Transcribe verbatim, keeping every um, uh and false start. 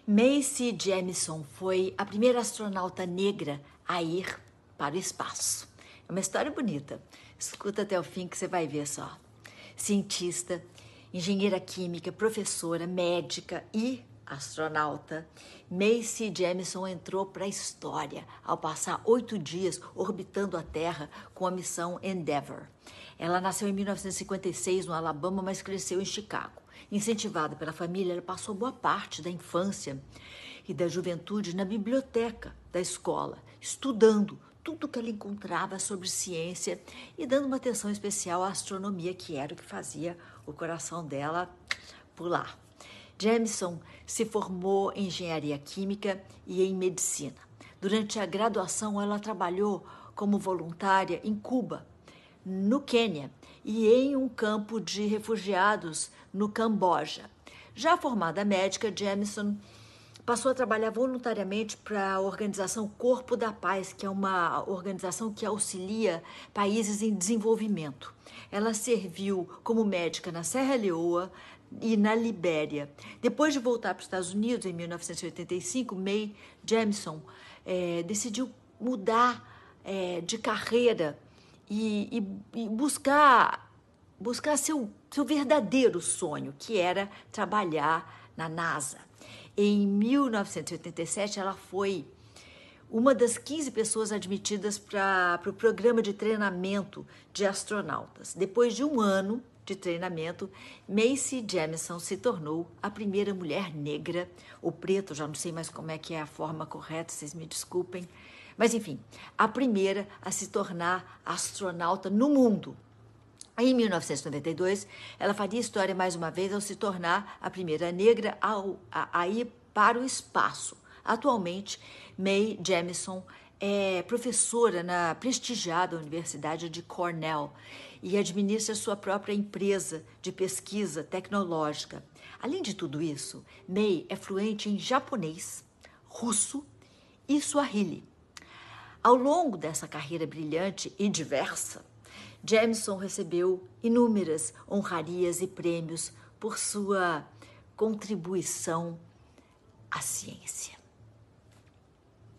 Macy Jemison foi a primeira astronauta negra a ir para o espaço. É uma história bonita. Escuta até o fim que você vai ver só. Cientista, engenheira química, professora, médica e astronauta, Macy Jemison entrou para a história ao passar oito dias orbitando a Terra com a missão Endeavour. Ela nasceu em mil novecentos e cinquenta e seis no Alabama, mas cresceu em Chicago. Incentivada pela família, ela passou boa parte da infância e da juventude na biblioteca da escola, estudando tudo que ela encontrava sobre ciência e dando uma atenção especial à astronomia, que era o que fazia o coração dela pular. Jemison se formou em engenharia química e em medicina. Durante a graduação, ela trabalhou como voluntária em Cuba, no Quênia, e em um campo de refugiados no Camboja. Já formada médica, Jemison passou a trabalhar voluntariamente para a organização Corpo da Paz, que é uma organização que auxilia países em desenvolvimento. Ela serviu como médica na Serra Leoa e na Libéria. Depois de voltar para os Estados Unidos, em mil novecentos e oitenta e cinco, Mae Jemison é, decidiu mudar é, de carreira e, e, e buscar, buscar seu, seu verdadeiro sonho, que era trabalhar na NASA. Em mil novecentos e oitenta e sete, ela foi uma das quinze pessoas admitidas para o pro programa de treinamento de astronautas. Depois de um ano de treinamento, Macy Jemison se tornou a primeira mulher negra, ou preta, já não sei mais como é que é a forma correta, vocês me desculpem, mas enfim, a primeira a se tornar astronauta no mundo. Em mil novecentos e noventa e dois, ela faria história mais uma vez ao se tornar a primeira negra ao, a, a ir para o espaço. Atualmente, Mae Jemison é professora na prestigiada Universidade de Cornell e administra sua própria empresa de pesquisa tecnológica. Além de tudo isso, Mae é fluente em japonês, russo e suahili. Ao longo dessa carreira brilhante e diversa, Jemison recebeu inúmeras honrarias e prêmios por sua contribuição à ciência.